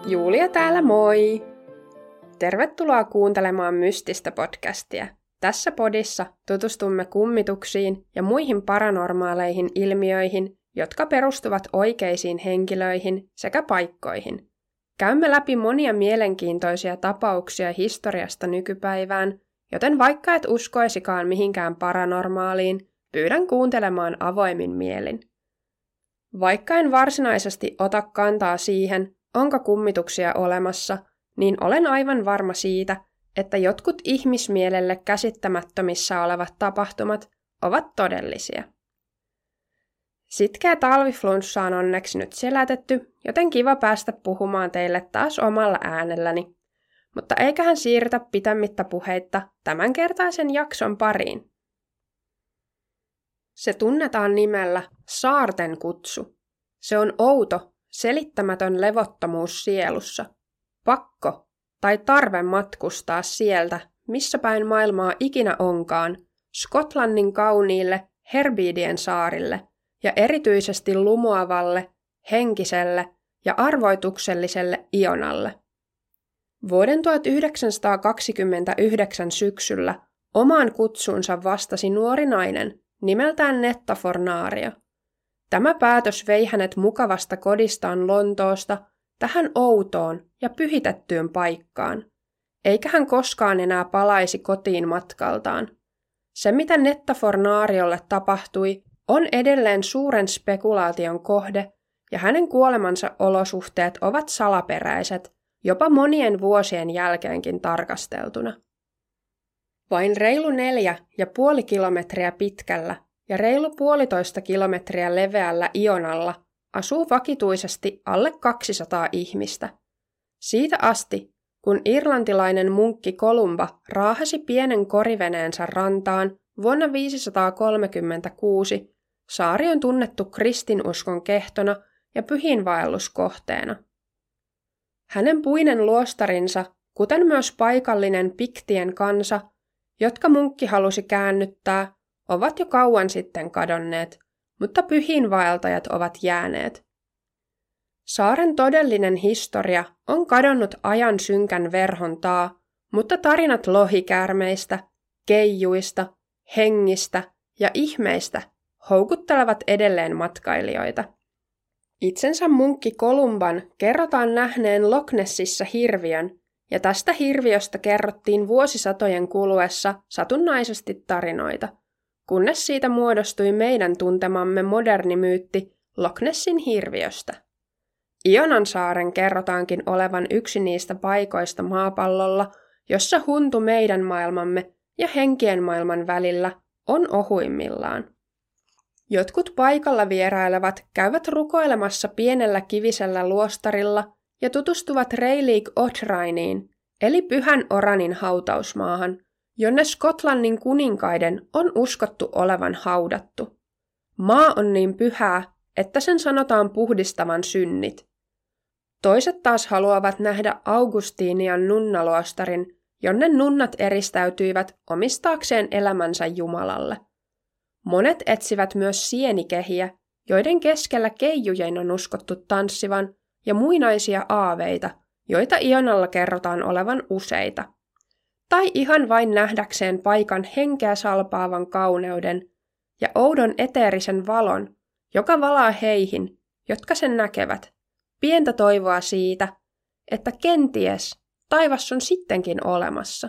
Julia täällä moi! Tervetuloa kuuntelemaan Mystistä podcastia. Tässä podissa tutustumme kummituksiin ja muihin paranormaaleihin ilmiöihin, jotka perustuvat oikeisiin henkilöihin sekä paikkoihin. Käymme läpi monia mielenkiintoisia tapauksia historiasta nykypäivään, joten vaikka et uskoisikaan mihinkään paranormaaliin, pyydän kuuntelemaan avoimin mielin. Vaikka en varsinaisesti ota kantaa siihen, onko kummituksia olemassa, niin olen aivan varma siitä, että jotkut ihmismielelle käsittämättömissä olevat tapahtumat ovat todellisia. Sitkeä talviflunssa on onneksi nyt selätetty, joten kiva päästä puhumaan teille taas omalla äänelläni. Mutta eiköhän siirrytä pitämättä puheitta tämänkertaisen jakson pariin. Se tunnetaan nimellä saarten kutsu. Se on outo, selittämätön levottomuus sielussa. Pakko tai tarve matkustaa sieltä, missä päin maailmaa ikinä onkaan, Skotlannin kauniille Hebridean saarille ja erityisesti lumoavalle, henkiselle ja arvoitukselliselle Ionalle. Vuoden 1929 syksyllä omaan kutsuunsa vastasi nuori nainen nimeltään Netta Fornario. Tämä päätös vei hänet mukavasta kodistaan Lontoosta tähän outoon ja pyhitettyyn paikkaan, eikä hän koskaan enää palaisi kotiin matkaltaan. Se, mitä Netta Fornariolle tapahtui, on edelleen suuren spekulaation kohde, ja hänen kuolemansa olosuhteet ovat salaperäiset, jopa monien vuosien jälkeenkin tarkasteltuna. Vain reilu 4,5 kilometriä pitkällä ja reilu 1,5 kilometriä leveällä Ionalla asuu vakituisesti alle 200 ihmistä. Siitä asti, kun irlantilainen munkki Columba raahasi pienen koriveneensä rantaan vuonna 536, saari on tunnettu kristinuskon kehtona ja pyhiinvaelluskohteena. Hänen puinen luostarinsa, kuten myös paikallinen piktien kansa, jotka munkki halusi käännyttää, ovat jo kauan sitten kadonneet, mutta pyhiinvaeltajat ovat jääneet. Saaren todellinen historia on kadonnut ajan synkän verhon taa, mutta tarinat lohikäärmeistä, keijuista, hengistä ja ihmeistä houkuttelevat edelleen matkailijoita. Itsensä munkki Columban kerrotaan nähneen Loch Nessissa hirviön, ja tästä hirviöstä kerrottiin vuosisatojen kuluessa satunnaisesti tarinoita, kunnes siitä muodostui meidän tuntemamme moderni myytti Loch Nessin hirviöstä. Ionan saaren kerrotaankin olevan yksi niistä paikoista maapallolla, jossa huntu meidän maailmamme ja henkien maailman välillä on ohuimmillaan. Jotkut paikalla vierailevat käyvät rukoilemassa pienellä kivisellä luostarilla ja tutustuvat Rayleigh Othraniin, eli Pyhän Oranin hautausmaahan, jonne Skotlannin kuninkaiden on uskottu olevan haudattu. Maa on niin pyhää, että sen sanotaan puhdistavan synnit. Toiset taas haluavat nähdä Augustinian nunnaluostarin, jonne nunnat eristäytyivät omistaakseen elämänsä Jumalalle. Monet etsivät myös sienikehiä, joiden keskellä keijujen on uskottu tanssivan, ja muinaisia aaveita, joita Ionalla kerrotaan olevan useita. Tai ihan vain nähdäkseen paikan henkeä salpaavan kauneuden ja oudon eteerisen valon, joka valaa heihin, jotka sen näkevät, pientä toivoa siitä, että kenties taivas on sittenkin olemassa.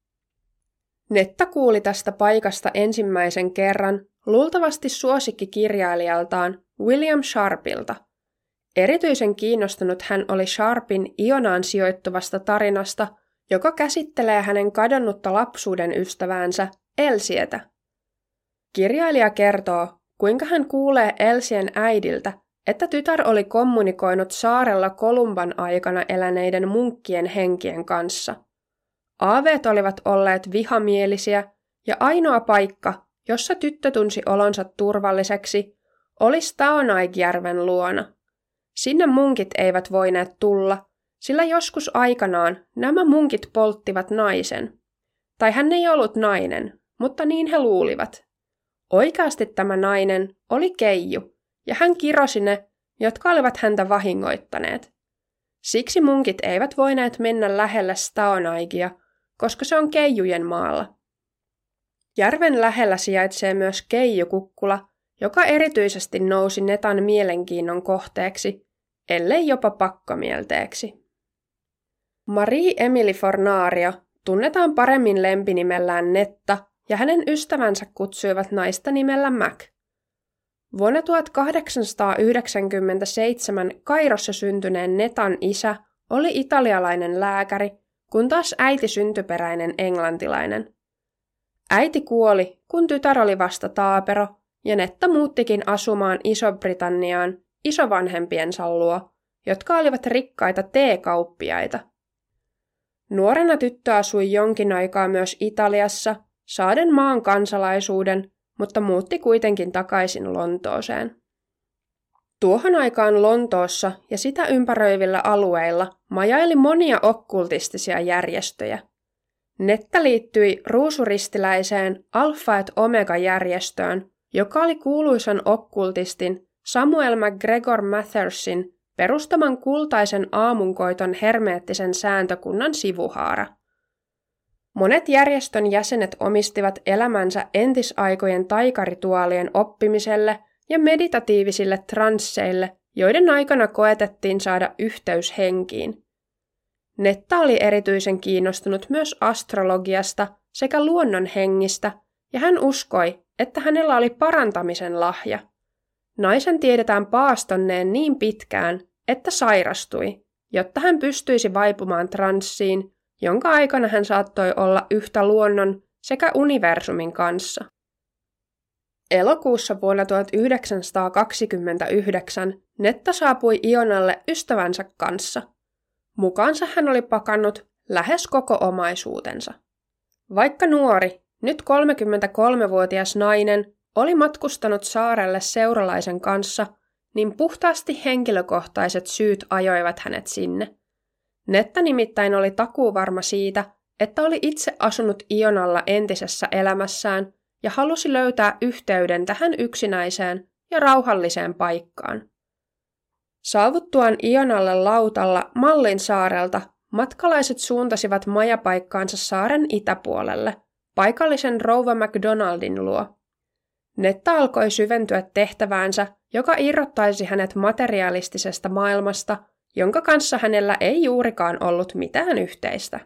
Netta kuuli tästä paikasta ensimmäisen kerran luultavasti suosikkikirjailijaltaan William Sharpilta. Erityisen kiinnostunut hän oli Sharpin Ionaan sijoittuvasta tarinasta, joka käsittelee hänen kadonnutta lapsuuden ystäväänsä Elsietä. Kirjailija kertoo, kuinka hän kuulee Elsien äidiltä, että tytär oli kommunikoinut saarella Columban aikana eläneiden munkkien henkien kanssa. Aaveet olivat olleet vihamielisiä ja ainoa paikka, jossa tyttö tunsi olonsa turvalliseksi, oli Staonaikjärven luona. Sinne munkit eivät voineet tulla, sillä joskus aikanaan nämä munkit polttivat naisen. Tai hän ei ollut nainen, mutta niin he luulivat. Oikeasti tämä nainen oli keiju, ja hän kirosi ne, jotka olivat häntä vahingoittaneet. Siksi munkit eivät voineet mennä lähelle Staonaigia, koska se on keijujen maalla. Järven lähellä sijaitsee myös keijukukkula, joka erityisesti nousi Netan mielenkiinnon kohteeksi, ellei jopa pakkomielteeksi. Marie Emily Fornario tunnetaan paremmin lempinimellään Netta, ja hänen ystävänsä kutsuivat naista nimellä Mac. Vuonna 1897 Kairossa syntyneen Netan isä oli italialainen lääkäri, kun taas äiti syntyperäinen englantilainen. Äiti kuoli, kun tytär oli vasta taapero, ja Netta muuttikin asumaan Iso-Britanniaan isovanhempiensa luo, jotka olivat rikkaita teekauppiaita. Nuorena tyttö asui jonkin aikaa myös Italiassa, saaden maan kansalaisuuden, mutta muutti kuitenkin takaisin Lontooseen. Tuohon aikaan Lontoossa ja sitä ympäröivillä alueilla majaili monia okkultistisia järjestöjä. Netta liittyi ruusuristiläiseen Alpha et Omega-järjestöön, joka oli kuuluisan okkultistin Samuel MacGregor Mathersin perustaman kultaisen aamunkoiton hermeettisen sääntökunnan sivuhaara. Monet järjestön jäsenet omistivat elämänsä entisaikojen taikarituaalien oppimiselle ja meditatiivisille transseille, joiden aikana koetettiin saada yhteys henkiin. Netta oli erityisen kiinnostunut myös astrologiasta sekä luonnon hengistä, ja hän uskoi, että hänellä oli parantamisen lahja. Naisen tiedetään paastonneen niin pitkään, että sairastui, jotta hän pystyisi vaipumaan transsiin, jonka aikana hän saattoi olla yhtä luonnon sekä universumin kanssa. Elokuussa vuonna 1929 Netta saapui Ionalle ystävänsä kanssa. Mukaansa hän oli pakannut lähes koko omaisuutensa. Vaikka nuori, nyt 33-vuotias nainen oli matkustanut saarelle seuralaisen kanssa, niin puhtaasti henkilökohtaiset syyt ajoivat hänet sinne. Netta nimittäin oli takuuvarma siitä, että oli itse asunut Ionalla entisessä elämässään ja halusi löytää yhteyden tähän yksinäiseen ja rauhalliseen paikkaan. Saavuttuaan Ionalle lautalla Mallin saarelta matkalaiset suuntasivat majapaikkaansa saaren itäpuolelle, paikallisen rouva MacDonaldin luo. Netta alkoi syventyä tehtäväänsä, joka irrottaisi hänet materialistisesta maailmasta, jonka kanssa hänellä ei juurikaan ollut mitään yhteistä.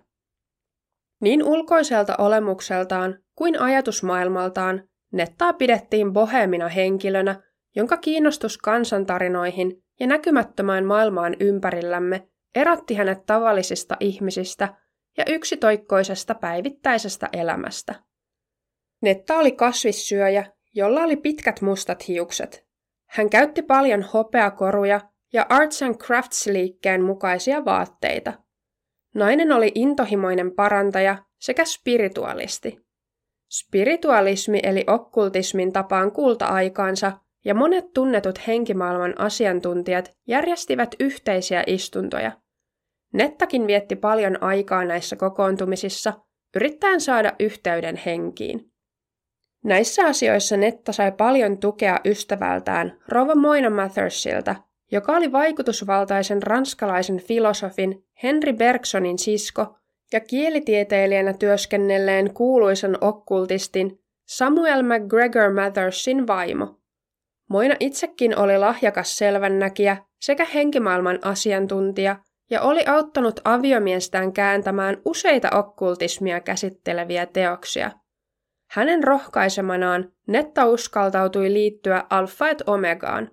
Niin ulkoiselta olemukseltaan kuin ajatusmaailmaltaan Nettaa pidettiin boheemina henkilönä, jonka kiinnostus kansantarinoihin ja näkymättömään maailmaan ympärillämme erotti hänet tavallisista ihmisistä ja yksitoikkoisesta päivittäisestä elämästä. Netta oli kasvissyöjä, jolla oli pitkät mustat hiukset. Hän käytti paljon hopeakoruja ja Arts and Crafts-liikkeen mukaisia vaatteita. Nainen oli intohimoinen parantaja sekä spiritualisti. Spiritualismi eli okkultismin tapaan kulta-aikaansa ja monet tunnetut henkimaailman asiantuntijat järjestivät yhteisiä istuntoja. Nettakin vietti paljon aikaa näissä kokoontumisissa, yrittäen saada yhteyden henkiin. Näissä asioissa Netta sai paljon tukea ystävältään rouva Moina Mathersilta, joka oli vaikutusvaltaisen ranskalaisen filosofin Henry Bergsonin sisko ja kielitieteilijänä työskennelleen kuuluisan okkultistin Samuel MacGregor Mathersin vaimo. Moina itsekin oli lahjakas selvännäkijä sekä henkimaailman asiantuntija ja oli auttanut aviomiestään kääntämään useita okkultismia käsitteleviä teoksia. Hänen rohkaisemanaan Netta uskaltautui liittyä Alpha et Omegaan.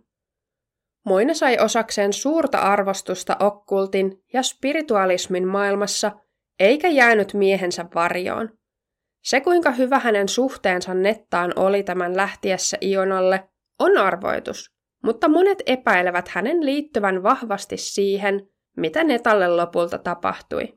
Moina sai osakseen suurta arvostusta okkultin ja spiritualismin maailmassa, eikä jäänyt miehensä varjoon. Se, kuinka hyvä hänen suhteensa Nettaan oli tämän lähtiessä Ionalle, on arvoitus, mutta monet epäilevät hänen liittyvän vahvasti siihen, mitä Netalle lopulta tapahtui.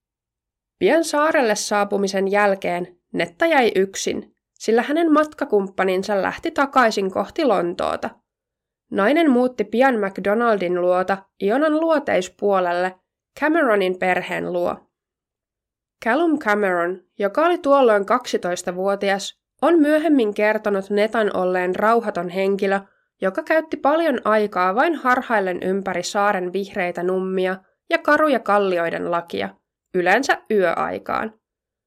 Pian saarelle saapumisen jälkeen Netta jäi yksin, sillä hänen matkakumppaninsa lähti takaisin kohti Lontoota. Nainen muutti pian MacDonaldin luota Ionan luoteispuolelle Cameronin perheen luo. Callum Cameron, joka oli tuolloin 12-vuotias, on myöhemmin kertonut Netan olleen rauhaton henkilö, joka käytti paljon aikaa vain harhaillen ympäri saaren vihreitä nummia ja karuja kallioiden lakia, yleensä yöaikaan.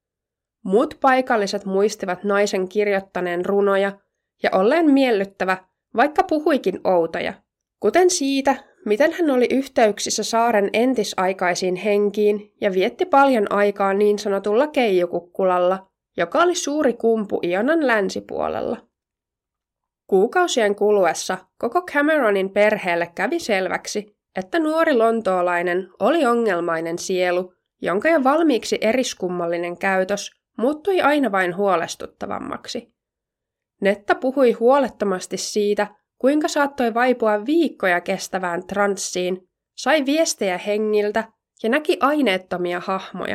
Muut paikalliset muistivat naisen kirjoittaneen runoja ja olleen miellyttävä, vaikka puhuikin outoja, kuten siitä, miten hän oli yhteyksissä saaren entisaikaisiin henkiin ja vietti paljon aikaa niin sanotulla keijukukkulalla, joka oli suuri kumpu Ionan länsipuolella. Kuukausien kuluessa koko Cameronin perheelle kävi selväksi, että nuori lontoolainen oli ongelmainen sielu, jonka jo valmiiksi eriskummallinen käytös muuttui aina vain huolestuttavammaksi. Netta puhui huolettomasti siitä, kuinka saattoi vaipua viikkoja kestävään transsiin, sai viestejä hengiltä ja näki aineettomia hahmoja.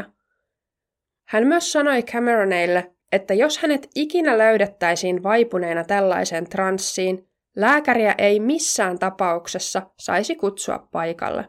Hän myös sanoi Cameroneille, että jos hänet ikinä löydettäisiin vaipuneena tällaiseen transsiin, lääkäriä ei missään tapauksessa saisi kutsua paikalle.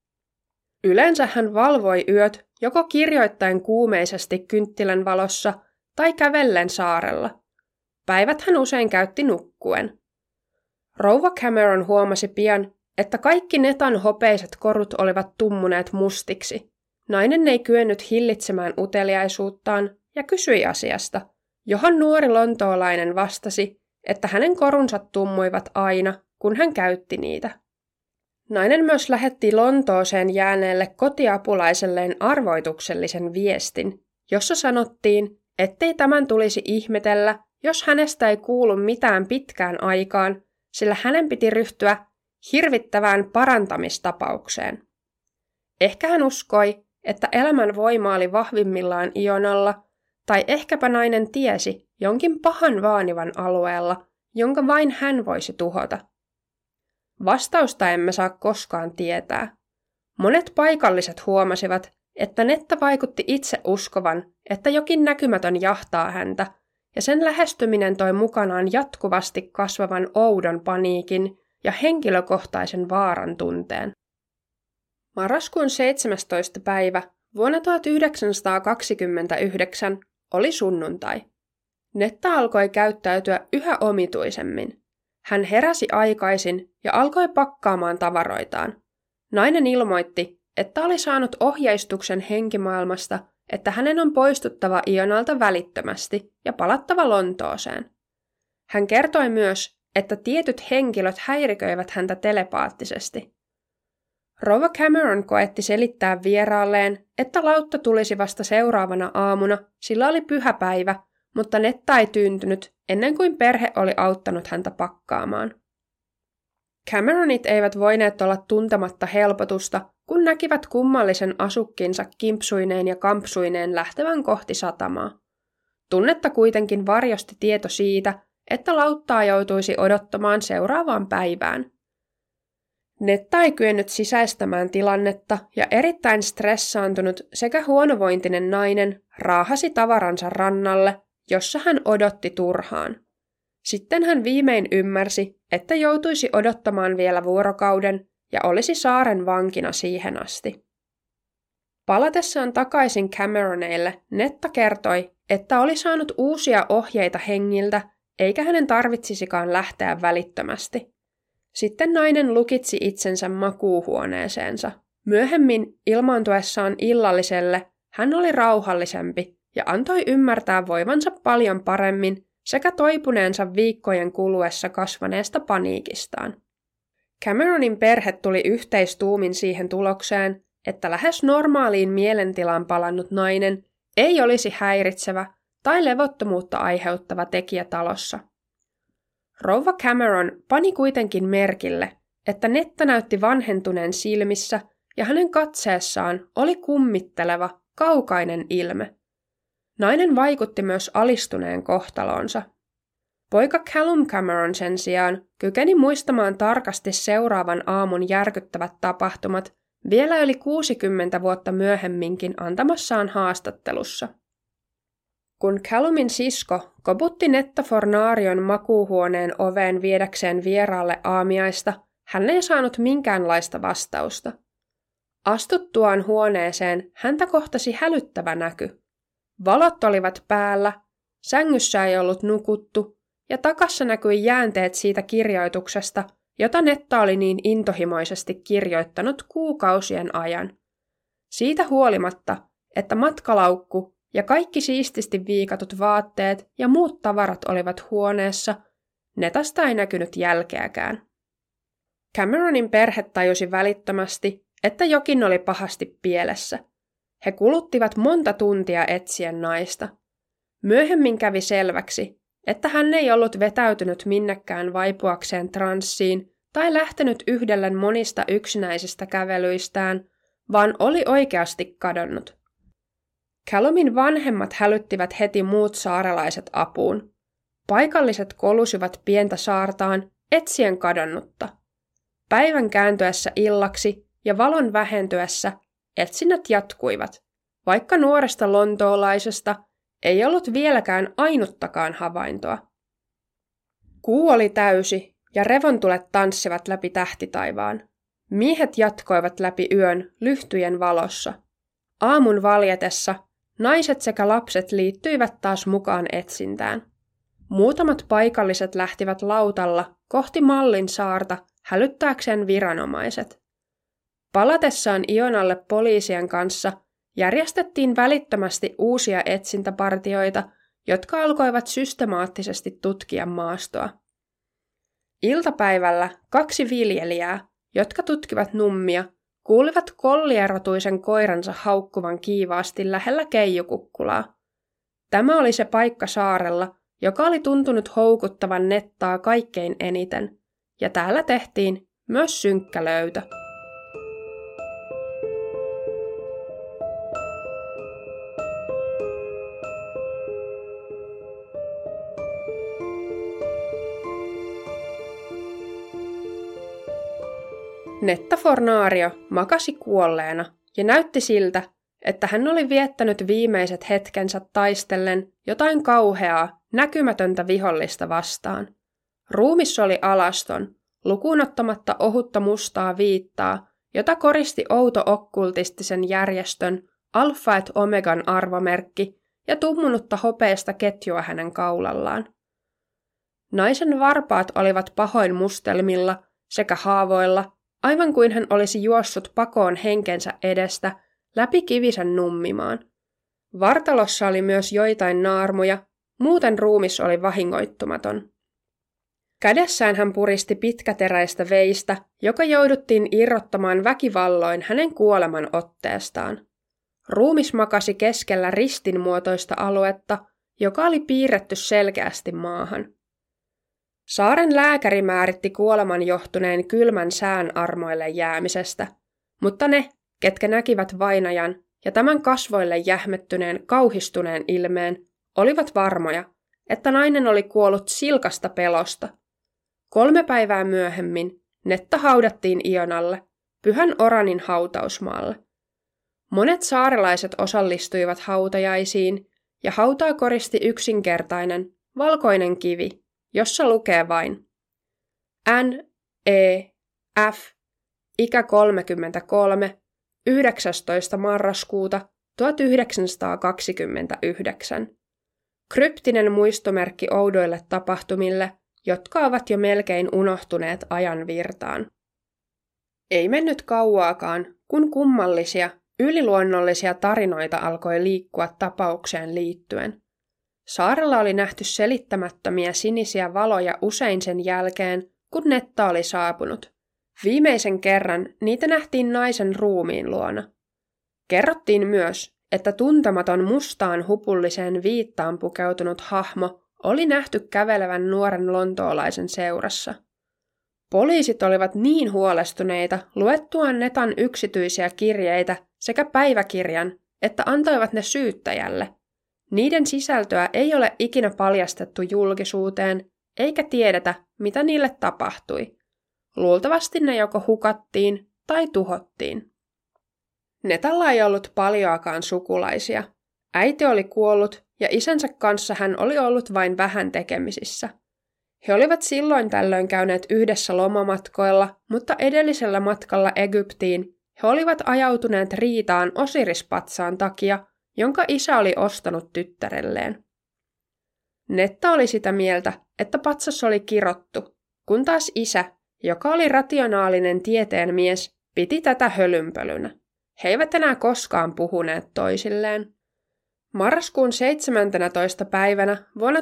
Yleensä hän valvoi yöt joko kirjoittaen kuumeisesti kynttilän valossa tai kävellen saarella. Päivät hän usein käytti nukkuen. Rouva Cameron huomasi pian, että kaikki Netan hopeiset korut olivat tummuneet mustiksi. Nainen ei kyennyt hillitsemään uteliaisuuttaan ja kysyi asiasta, johon nuori lontoolainen vastasi, että hänen korunsa tummuivat aina, kun hän käytti niitä. Nainen myös lähetti Lontooseen jääneelle kotiapulaiselleen arvoituksellisen viestin, jossa sanottiin, ettei tämän tulisi ihmetellä, jos hänestä ei kuulu mitään pitkään aikaan, sillä hänen piti ryhtyä hirvittävään parantamistapaukseen. Ehkä hän uskoi, että elämän voima oli vahvimmillaan Ionalla, tai ehkäpä nainen tiesi jonkin pahan vaanivan alueella, jonka vain hän voisi tuhota. Vastausta emme saa koskaan tietää. Monet paikalliset huomasivat, että Netta vaikutti itse uskovan, että jokin näkymätön jahtaa häntä, ja sen lähestyminen toi mukanaan jatkuvasti kasvavan oudon paniikin ja henkilökohtaisen vaaran tunteen. Marraskuun 17. päivä vuonna 1929 oli sunnuntai. Netta alkoi käyttäytyä yhä omituisemmin. Hän heräsi aikaisin ja alkoi pakkaamaan tavaroitaan. Nainen ilmoitti, että oli saanut ohjeistuksen henkimaailmasta, että hänen on poistuttava Ionalta välittömästi ja palattava Lontooseen. Hän kertoi myös, että tietyt henkilöt häiriköivät häntä telepaattisesti. Rouva Cameron koetti selittää vieraalleen, että lautta tulisi vasta seuraavana aamuna, sillä oli pyhäpäivä, mutta Netta ei tyyntynyt ennen kuin perhe oli auttanut häntä pakkaamaan. Cameronit eivät voineet olla tuntematta helpotusta, kun näkivät kummallisen asukkinsa kimpsuineen ja kampsuineen lähtevän kohti satamaa. Tunnetta kuitenkin varjosti tieto siitä, että lauttaa joutuisi odottamaan seuraavaan päivään. Netta ei kyennyt sisäistämään tilannetta ja erittäin stressaantunut sekä huonovointinen nainen raahasi tavaransa rannalle, jossa hän odotti turhaan. Sitten hän viimein ymmärsi, että joutuisi odottamaan vielä vuorokauden ja olisi saaren vankina siihen asti. Palatessaan takaisin Cameroneille Netta kertoi, että oli saanut uusia ohjeita hengiltä, eikä hänen tarvitsisikaan lähteä välittömästi. Sitten nainen lukitsi itsensä makuuhuoneeseensa. Myöhemmin ilmaantuessaan illalliselle hän oli rauhallisempi ja antoi ymmärtää voivansa paljon paremmin sekä toipuneensa viikkojen kuluessa kasvaneesta paniikistaan. Cameronin perhe tuli yhteistuumin siihen tulokseen, että lähes normaaliin mielentilaan palannut nainen ei olisi häiritsevä tai levottomuutta aiheuttava tekijä talossa. Rouva Cameron pani kuitenkin merkille, että Netta näytti vanhentuneen silmissä ja hänen katseessaan oli kummitteleva, kaukainen ilme. Nainen vaikutti myös alistuneen kohtaloonsa. Poika Callum Cameron sen sijaan kykeni muistamaan tarkasti seuraavan aamun järkyttävät tapahtumat vielä yli 60 vuotta myöhemminkin antamassaan haastattelussa. Kun Callumin sisko koputti Netta Fornarion makuuhuoneen oveen viedäkseen vieraalle aamiaista, hän ei saanut minkäänlaista vastausta. Astuttuaan huoneeseen häntä kohtasi hälyttävä näky. Valot olivat päällä, sängyssä ei ollut nukuttu ja takassa näkyi jäänteet siitä kirjoituksesta, jota Netta oli niin intohimoisesti kirjoittanut kuukausien ajan, Siitä huolimatta, että matkalaukku ja kaikki siististi viikatut vaatteet ja muut tavarat olivat huoneessa, Netasta ei näkynyt jälkeäkään. Cameronin perhe tajusi välittömästi, että jokin oli pahasti pielessä. He kuluttivat monta tuntia etsien naista. Myöhemmin kävi selväksi, että hän ei ollut vetäytynyt minnekään vaipuakseen transsiin tai lähtenyt yhdellen monista yksinäisistä kävelyistään, vaan oli oikeasti kadonnut. Callumin vanhemmat hälyttivät heti muut saarelaiset apuun. Paikalliset kolusivat pientä saartaan etsien kadonnutta. Päivän kääntyessä illaksi ja valon vähentyessä etsinnät jatkuivat, vaikka nuoresta lontoolaisesta ei ollut vieläkään ainuttakaan havaintoa. Kuu oli täysi ja revontulet tanssivat läpi tähtitaivaan. Miehet jatkoivat läpi yön lyhtyjen valossa. Aamun valjetessa naiset sekä lapset liittyivät taas mukaan etsintään. Muutamat paikalliset lähtivät lautalla kohti Mallin saarta hälyttääkseen viranomaiset. Palatessaan Ionalle poliisien kanssa järjestettiin välittömästi uusia etsintäpartioita, jotka alkoivat systemaattisesti tutkia maastoa. Iltapäivällä 2 viljelijää, jotka tutkivat nummia, kuulivat kollierotuisen koiransa haukkuvan kiivaasti lähellä keijukukkulaa. Tämä oli se paikka saarella, joka oli tuntunut houkuttavan Nettaa kaikkein eniten, ja täällä tehtiin myös synkkä löytö. Netta Fornario makasi kuolleena ja näytti siltä, että hän oli viettänyt viimeiset hetkensä taistellen jotain kauheaa, näkymätöntä vihollista vastaan. Ruumis oli alaston, lukuun ottamatta ohutta mustaa viittaa, jota koristi outo okkultistisen järjestön Alpha et Omegan arvomerkki ja tummunutta hopeista ketjua hänen kaulallaan. Naisen varpaat olivat pahoin mustelmilla sekä haavoilla, aivan kuin hän olisi juossut pakoon henkensä edestä läpi kivisen nummimaan. Vartalossa oli myös joitain naarmuja, muuten ruumis oli vahingoittumaton. Kädessään hän puristi pitkäteräistä veistä, joka jouduttiin irrottamaan väkivalloin hänen kuoleman otteestaan. Ruumis makasi keskellä ristinmuotoista aluetta, joka oli piirretty selkeästi maahan. Saaren lääkäri määritti kuoleman johtuneen kylmän sään armoille jäämisestä, mutta ne, ketkä näkivät vainajan ja tämän kasvoille jähmettyneen kauhistuneen ilmeen, olivat varmoja, että nainen oli kuollut silkasta pelosta. 3 päivää myöhemmin Netta haudattiin Ionalle, Pyhän Oranin hautausmaalle. Monet saarelaiset osallistuivat hautajaisiin, ja hautaa koristi yksinkertainen, valkoinen kivi, jossa lukee vain N, E, F, ikä 33, 19. marraskuuta 1929. Kryptinen muistomerkki oudoille tapahtumille, jotka ovat jo melkein unohtuneet ajan virtaan. Ei mennyt kauaakaan, kun kummallisia, yliluonnollisia tarinoita alkoi liikkua tapaukseen liittyen. Saarella oli nähty selittämättömiä sinisiä valoja usein sen jälkeen, kun Netta oli saapunut. Viimeisen kerran niitä nähtiin naisen ruumiin luona. Kerrottiin myös, että tuntematon mustaan hupulliseen viittaan pukeutunut hahmo oli nähty kävelevän nuoren lontoolaisen seurassa. Poliisit olivat niin huolestuneita luettuaan Netan yksityisiä kirjeitä sekä päiväkirjan, että antoivat ne syyttäjälle. Niiden sisältöä ei ole ikinä paljastettu julkisuuteen, eikä tiedetä, mitä niille tapahtui. Luultavasti ne joko hukattiin tai tuhottiin. Netalla ei ollut paljoakaan sukulaisia. Äiti oli kuollut ja isänsä kanssa hän oli ollut vain vähän tekemisissä. He olivat silloin tällöin käyneet yhdessä lomamatkoilla, mutta edellisellä matkalla Egyptiin he olivat ajautuneet riitaan Osirispatsaan takia, jonka isä oli ostanut tyttärelleen. Netta oli sitä mieltä, että patsas oli kirottu, kun taas isä, joka oli rationaalinen tieteen mies, piti tätä hölynpölynä. he eivät enää koskaan puhuneet toisilleen. Marraskuun 17. päivänä vuonna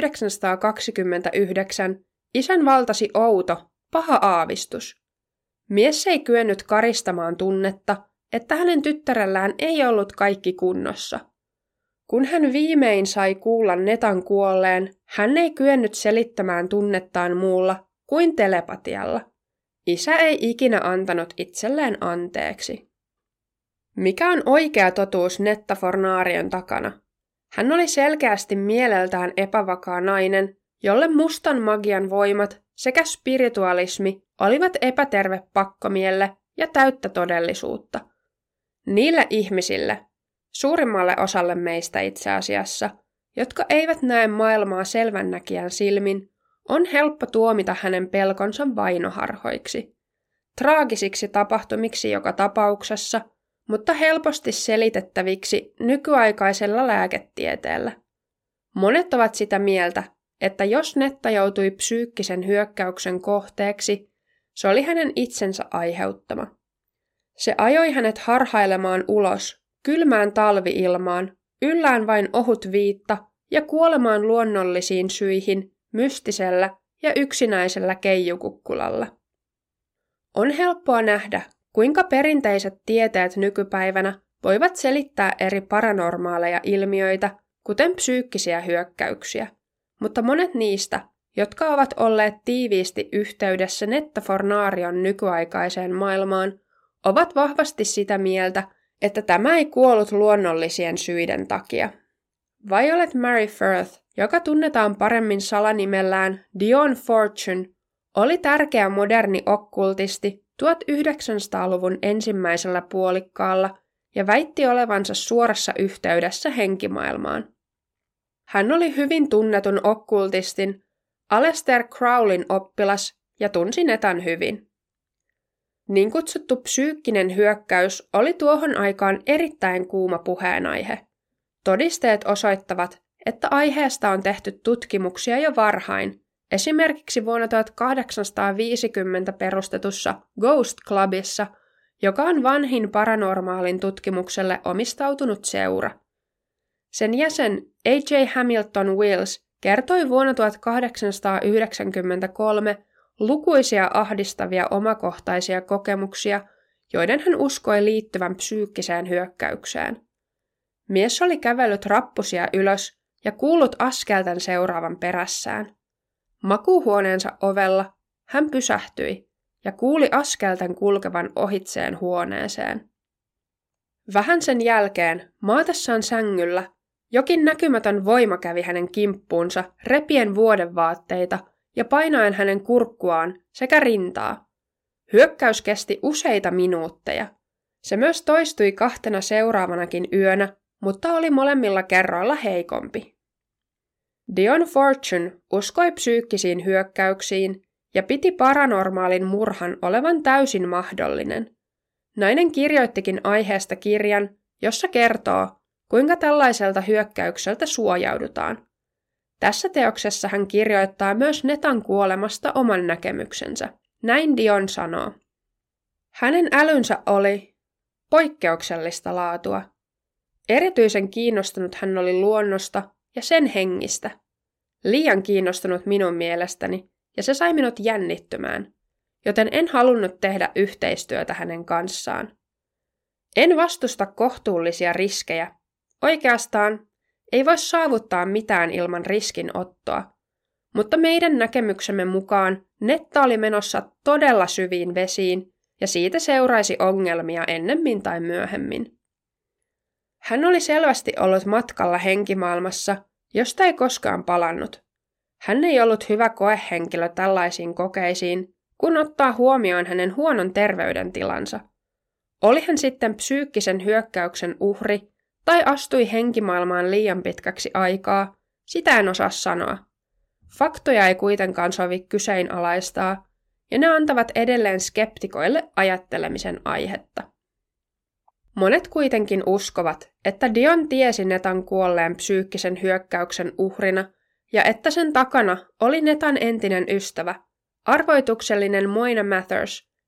1929 isän valtasi outo, paha aavistus. Mies ei kyennyt karistamaan tunnetta, että hänen tyttärellään ei ollut kaikki kunnossa. Kun hän viimein sai kuulla Netan kuolleen, hän ei kyennyt selittämään tunnettaan muulla kuin telepatialla. Isä ei ikinä antanut itselleen anteeksi. Mikä on oikea totuus Netta Fornarion takana? Hän oli selkeästi mieleltään epävakaa nainen, jolle mustan magian voimat sekä spiritualismi olivat epäterve pakkomielle ja täyttä todellisuutta. Niille ihmisille, suurimmalle osalle meistä itse asiassa, jotka eivät näe maailmaa selvännäkijän silmin, on helppo tuomita hänen pelkonsa vainoharhoiksi. Traagisiksi tapahtumiksi joka tapauksessa, mutta helposti selitettäviksi nykyaikaisella lääketieteellä. Monet ovat sitä mieltä, että jos Netta joutui psyykkisen hyökkäyksen kohteeksi, se oli hänen itsensä aiheuttama. Se ajoi hänet harhailemaan ulos, kylmään talviilmaan, yllään vain ohut viitta ja kuolemaan luonnollisiin syihin, mystisellä ja yksinäisellä keijukukkulalla. On helppoa nähdä, kuinka perinteiset tieteet nykypäivänä voivat selittää eri paranormaaleja ilmiöitä, kuten psyykkisiä hyökkäyksiä, mutta monet niistä, jotka ovat olleet tiiviisti yhteydessä Netta Fornarion nykyaikaiseen maailmaan, ovat vahvasti sitä mieltä, että tämä ei kuollut luonnollisien syiden takia. Violet Mary Firth, joka tunnetaan paremmin salanimellään Dion Fortune, oli tärkeä moderni okkultisti 1900-luvun ensimmäisellä puolikkaalla ja väitti olevansa suorassa yhteydessä henkimaailmaan. Hän oli hyvin tunnetun okkultistin Aleister Crowleyn oppilas ja tunsi Netan hyvin. Niin kutsuttu psyykkinen hyökkäys oli tuohon aikaan erittäin kuuma puheenaihe. Todisteet osoittavat, että aiheesta on tehty tutkimuksia jo varhain, esimerkiksi vuonna 1850 perustetussa Ghost Clubissa, joka on vanhin paranormaalin tutkimukselle omistautunut seura. Sen jäsen A.J. Hamilton Wills kertoi vuonna 1893 lukuisia ahdistavia omakohtaisia kokemuksia, joiden hän uskoi liittyvän psyykkiseen hyökkäykseen. Mies oli kävellyt rappusia ylös ja kuullut askelten seuraavan perässään. Makuuhuoneensa ovella hän pysähtyi ja kuuli askelten kulkevan ohitseen huoneeseen. Vähän sen jälkeen, maatessaan sängyllä, jokin näkymätön voima kävi hänen kimppuunsa repien vuodevaatteita ja painaen hänen kurkkuaan sekä rintaa. Hyökkäys kesti useita minuutteja. Se myös toistui 2 seuraavanakin yönä, mutta oli molemmilla kerroilla heikompi. Dion Fortune uskoi psyykkisiin hyökkäyksiin ja piti paranormaalin murhan olevan täysin mahdollinen. Nainen kirjoittikin aiheesta kirjan, jossa kertoo, kuinka tällaiselta hyökkäykseltä suojaudutaan. Tässä teoksessa hän kirjoittaa myös Netan kuolemasta oman näkemyksensä. Näin Dion sanoo. Hänen älynsä oli poikkeuksellista laatua. Erityisen kiinnostunut hän oli luonnosta ja sen hengistä. Liian kiinnostunut minun mielestäni, ja se sai minut jännittymään, joten en halunnut tehdä yhteistyötä hänen kanssaan. En vastusta kohtuullisia riskejä. Oikeastaan ei voi saavuttaa mitään ilman riskinottoa, mutta meidän näkemyksemme mukaan Netta oli menossa todella syviin vesiin, ja siitä seuraisi ongelmia ennemmin tai myöhemmin. Hän oli selvästi ollut matkalla henkimaailmassa, josta ei koskaan palannut. Hän ei ollut hyvä koehenkilö tällaisiin kokeisiin, kun ottaa huomioon hänen huonon terveydentilansa. Oli hän sitten psyykkisen hyökkäyksen uhri tai astui henkimaailmaan liian pitkäksi aikaa, sitä en osaa sanoa. Faktoja ei kuitenkaan sovi kyseenalaistaa, ja ne antavat edelleen skeptikoille ajattelemisen aihetta. Monet kuitenkin uskovat, että Dion tiesi Netan kuolleen psyykkisen hyökkäyksen uhrina ja että sen takana oli Netan entinen ystävä, arvoituksellinen Moina Mathers,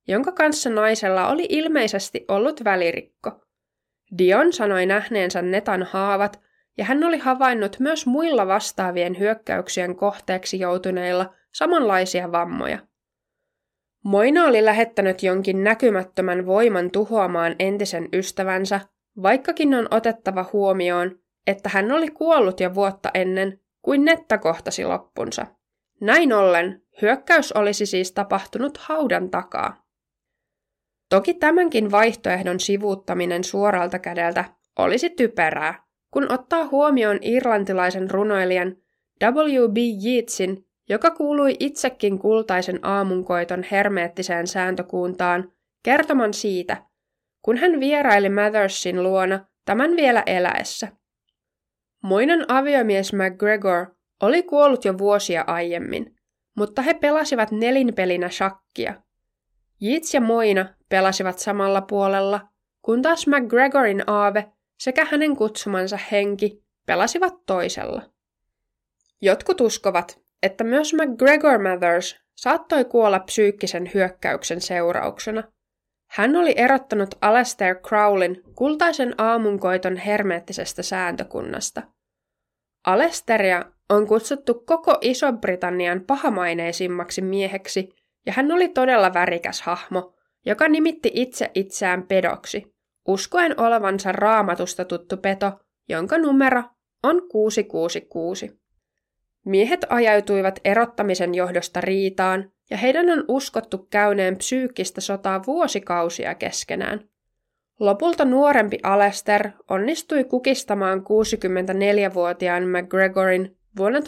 jonka kanssa naisella oli ilmeisesti ollut välirikko. Dion sanoi nähneensä Netan haavat, ja hän oli havainnut myös muilla vastaavien hyökkäyksien kohteeksi joutuneilla samanlaisia vammoja. Moina oli lähettänyt jonkin näkymättömän voiman tuhoamaan entisen ystävänsä, vaikkakin on otettava huomioon, että hän oli kuollut jo vuotta ennen kuin Netta kohtasi loppunsa. Näin ollen hyökkäys olisi siis tapahtunut haudan takaa. Toki tämänkin vaihtoehdon sivuuttaminen suoralta kädeltä olisi typerää, kun ottaa huomioon irlantilaisen runoilijan W.B. Yeatsin, joka kuului itsekin kultaisen aamunkoiton hermeettiseen sääntökuntaan, kertoman siitä, kun hän vieraili Mathersin luona tämän vielä eläessä. Moinan aviomies MacGregor oli kuollut jo vuosia aiemmin, mutta he pelasivat nelinpelinä shakkia. Yeats ja Moina pelasivat samalla puolella, kun taas MacGregorin aave sekä hänen kutsumansa henki pelasivat toisella. Jotkut uskovat, että myös MacGregor Mathers saattoi kuolla psyykkisen hyökkäyksen seurauksena. Hän oli erottanut Aleister Crowleyn kultaisen aamunkoiton hermeettisestä sääntökunnasta. Aleisteria on kutsuttu koko Iso-Britannian pahamaineissimmaksi mieheksi, ja hän oli todella värikäs hahmo, joka nimitti itse itseään pedoksi, uskoen olevansa Raamatusta tuttu peto, jonka numero on 666. Miehet ajautuivat erottamisen johdosta riitaan, ja heidän on uskottu käyneen psyykkistä sotaa vuosikausia keskenään. Lopulta nuorempi Aleister onnistui kukistamaan 64-vuotiaan MacGregorin vuonna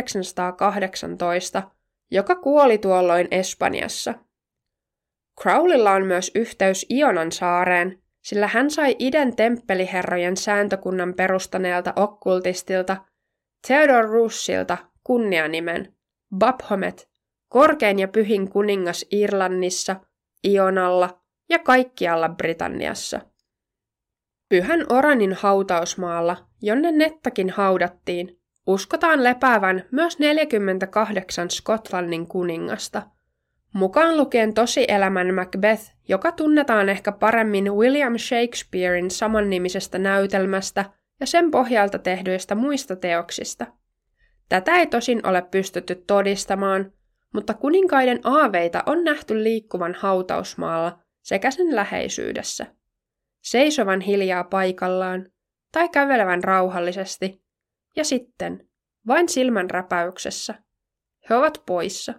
1918, joka kuoli tuolloin Espanjassa. Crowleylla on myös yhteys Ionan saareen, sillä hän sai idän temppeliherrojen sääntökunnan perustaneelta okkultistilta Theodore Roosilta kunnianimen Baphomet, korkein ja pyhin kuningas Irlannissa, Ionalla ja kaikkialla Britanniassa. Pyhän Oranin hautausmaalla, jonne Nettakin haudattiin, uskotaan lepäävän myös 48 Skotlannin kuningasta, mukaan lukien tosielämän Macbeth, joka tunnetaan ehkä paremmin William Shakespearein samannimisestä näytelmästä ja sen pohjalta tehdyistä muista teoksista. Tätä ei tosin ole pystytty todistamaan, mutta kuninkaiden aaveita on nähty liikkuvan hautausmaalla sekä sen läheisyydessä, seisovan hiljaa paikallaan tai kävelevän rauhallisesti, ja sitten, vain silmänräpäyksessä, he ovat poissa.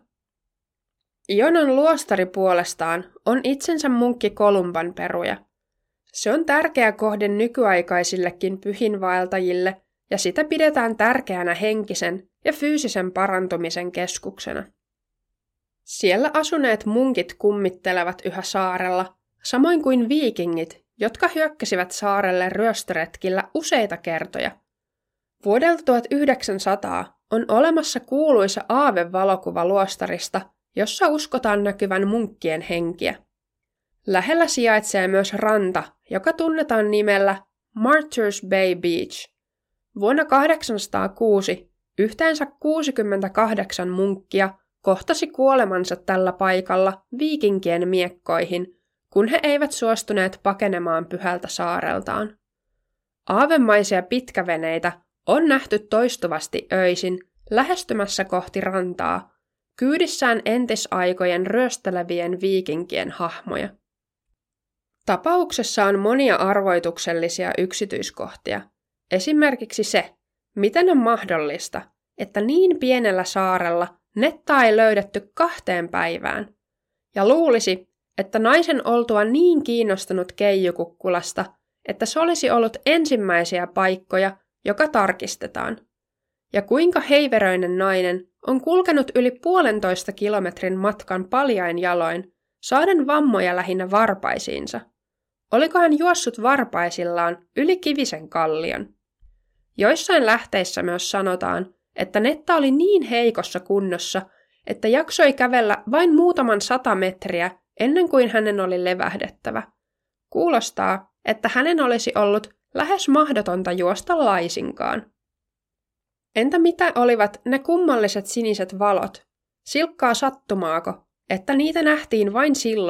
Ionan luostari puolestaan on itsensä munkki Kolumban peruja. Se on tärkeä kohde nykyaikaisillekin pyhinvaeltajille, ja sitä pidetään tärkeänä henkisen ja fyysisen parantumisen keskuksena. Siellä asuneet munkit kummittelevat yhä saarella, samoin kuin viikingit, jotka hyökkäsivät saarelle ryöstöretkillä useita kertoja. Vuodelta 1900 on olemassa kuuluisa aavevalokuva luostarista, jossa uskotaan näkyvän munkkien henkiä. Lähellä sijaitsee myös ranta, joka tunnetaan nimellä Martyrs Bay Beach. Vuonna 806 yhteensä 68 munkkia kohtasi kuolemansa tällä paikalla viikinkien miekkoihin, kun he eivät suostuneet pakenemaan pyhältä saareltaan. Aavemaisia pitkäveneitä on nähty toistuvasti öisin lähestymässä kohti rantaa, kyydissään entisaikojen ryöstelevien viikinkien hahmoja. Tapauksessa on monia arvoituksellisia yksityiskohtia, esimerkiksi se, miten on mahdollista, että niin pienellä saarella Nettaa ei löydetty 2 päivään, ja luulisi, että naisen oltua niin kiinnostunut keijukukkulasta, että se olisi ollut ensimmäisiä paikkoja, joka tarkistetaan, ja kuinka heiveröinen nainen on kulkenut yli 1,5 kilometrin matkan paljain jaloin, saaden vammoja lähinnä varpaisiinsa. Oliko hän juossut varpaisillaan yli kivisen kallion? Joissain lähteissä myös sanotaan, että Netta oli niin heikossa kunnossa, että jaksoi kävellä vain muutaman 100 metriä ennen kuin hänen oli levähdettävä. Kuulostaa, että hänen olisi ollut lähes mahdotonta juosta laisinkaan. Entä mitä olivat ne kummalliset siniset valot? Silkkaa sattumaako, että niitä nähtiin vain silloin,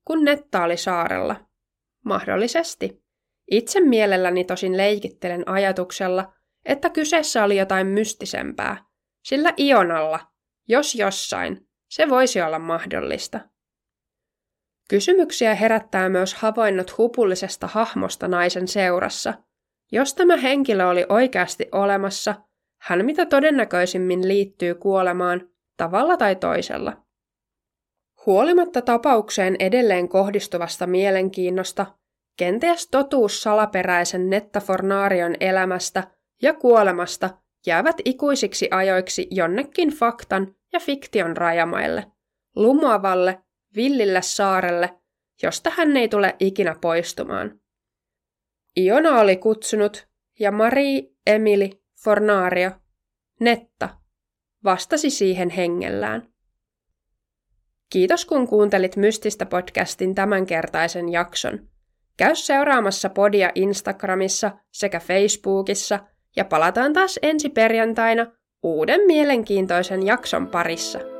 kun Netta oli saarella. Mahdollisesti. Itse mielelläni tosin leikittelen ajatuksella, että kyseessä oli jotain mystisempää, sillä Ionalla, jos jossain, se voisi olla mahdollista. Kysymyksiä herättää myös havainnot hupullisesta hahmosta naisen seurassa. Jos tämä henkilö oli oikeasti olemassa, hän mitä todennäköisimmin liittyy kuolemaan tavalla tai toisella. Huolimatta tapaukseen edelleen kohdistuvasta mielenkiinnosta, kenties totuus salaperäisen Netta Fornarion elämästä ja kuolemasta jäävät ikuisiksi ajoiksi jonnekin faktan ja fiktion rajamaille, lumoavalle, villille saarelle, josta hän ei tule ikinä poistumaan. Iona oli kutsunut, ja Marie Emily Fornario, Netta, vastasi siihen hengellään. Kiitos kun kuuntelit Mystistä podcastin tämänkertaisen jakson. Käy seuraamassa podia Instagramissa sekä Facebookissa ja palataan taas ensi perjantaina uuden mielenkiintoisen jakson parissa.